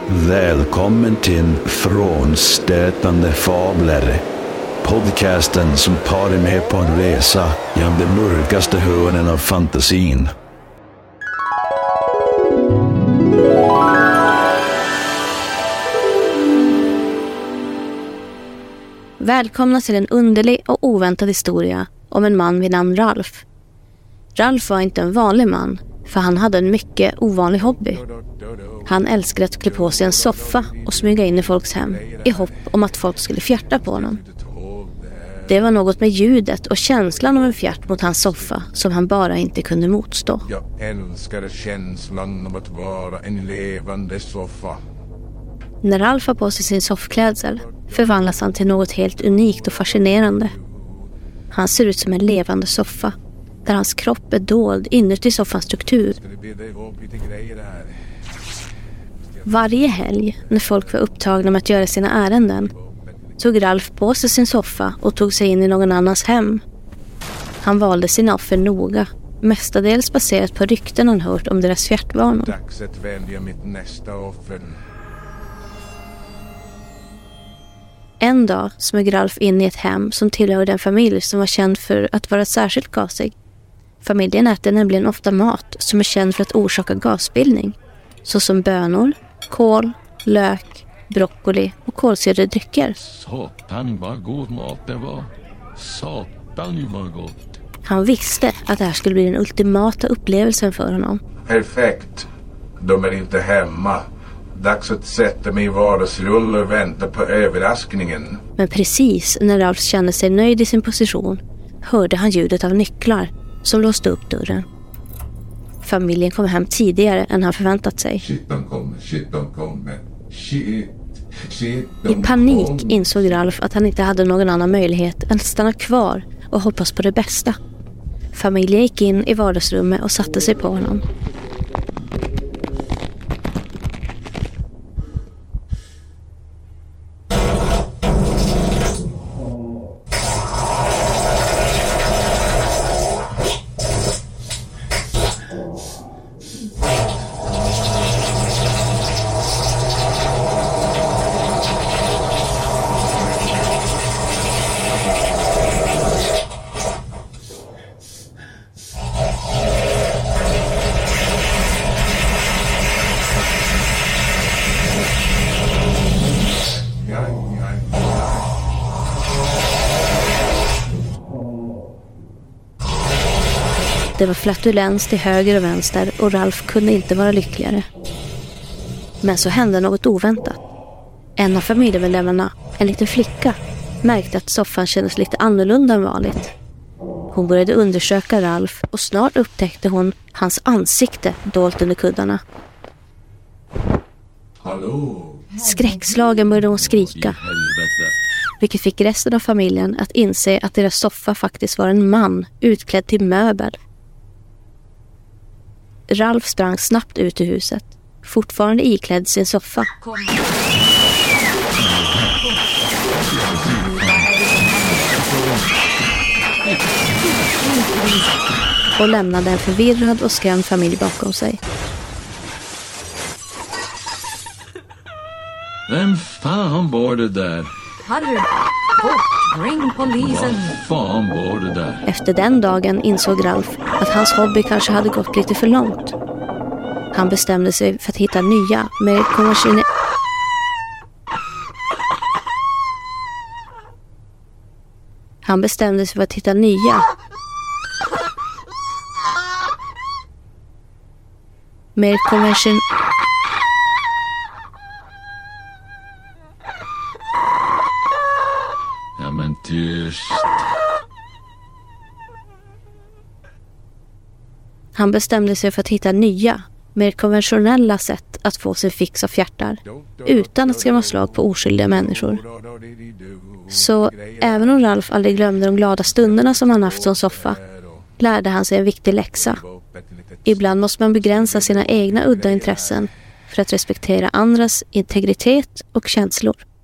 Välkommen till Frånstötande fabler. Podcasten som tar dig med på en resa genom de mörkaste hörnen av fantasin. Välkomna till en underlig och oväntad historia om en man vid namn Ralph. Ralph var inte en vanlig man, för han hade en mycket ovanlig hobby. Han älskade att klä på sig en soffa och smyga in i folks hem i hopp om att folk skulle fjärta på honom. Det var något med ljudet och känslan av en fjärt mot hans soffa som han bara inte kunde motstå. Jag älskade känslan av att vara en levande soffa. När Ralph har på sig sin soffklädsel förvandlas han till något helt unikt och fascinerande. Han ser ut som en levande soffa, där hans kropp är dold inuti soffans struktur. Varje helg, när folk var upptagna med att göra sina ärenden, tog Ralph på sig sin soffa och tog sig in i någon annans hem. Han valde sina offer noga, mestadels baserat på rykten han hört om deras fjärtvanor. Dags att välja mitt nästa offer. En dag smög Ralph in i ett hem som tillhörde en familj som var känd för att vara särskilt gasig. Familjen äter nämligen ofta mat som är känd för att orsaka gasbildning, såsom bönor, kål, lök, broccoli och kolsyrade drycker. Satan vad god mat det var. Satan vad gott. Han visste att det här skulle bli den ultimata upplevelsen för honom. Perfekt. De är inte hemma. Dags att sätta mig i vardagsrull och vänta på överraskningen. Men precis när Ralph kände sig nöjd i sin position hörde han ljudet av nycklar som låste upp dörren. Familjen kom hem tidigare än han förväntat sig. Shit, de kommer. I panik insåg Ralph att han inte hade någon annan möjlighet än att stanna kvar och hoppas på det bästa. Familjen gick in i vardagsrummet och satte sig på honom. Det var flatulens till höger och vänster och Ralph kunde inte vara lyckligare. Men så hände något oväntat. En av familjemedlemmarna, en liten flicka, märkte att soffan kändes lite annorlunda än vanligt. Hon började undersöka Ralph och snart upptäckte hon hans ansikte dolt under kuddarna. Hallå? Skräckslagen började hon skrika, vilket fick resten av familjen att inse att deras soffa faktiskt var en man utklädd till möbel. Ralph sprang snabbt ut ur huset, fortfarande iklädd sin soffa. Och lämnade en förvirrad och skrämd familj bakom sig. Vem fan var det där? Hurry, fort, ring polisen. Vad fan var det där? Efter den dagen insåg Ralph att hans hobby kanske hade gått lite för långt. Han bestämde sig för att hitta nya, mer konventionella... Ja men tyst. Han bestämde sig för att hitta nya, mer konventionella sätt att få sin fix av fjärtar utan att skrämma slag på oskyldiga människor. Så även om Ralph aldrig glömde de glada stunderna som han haft som soffa, lärde han sig en viktig läxa. Ibland måste man begränsa sina egna udda intressen för att respektera andras integritet och känslor.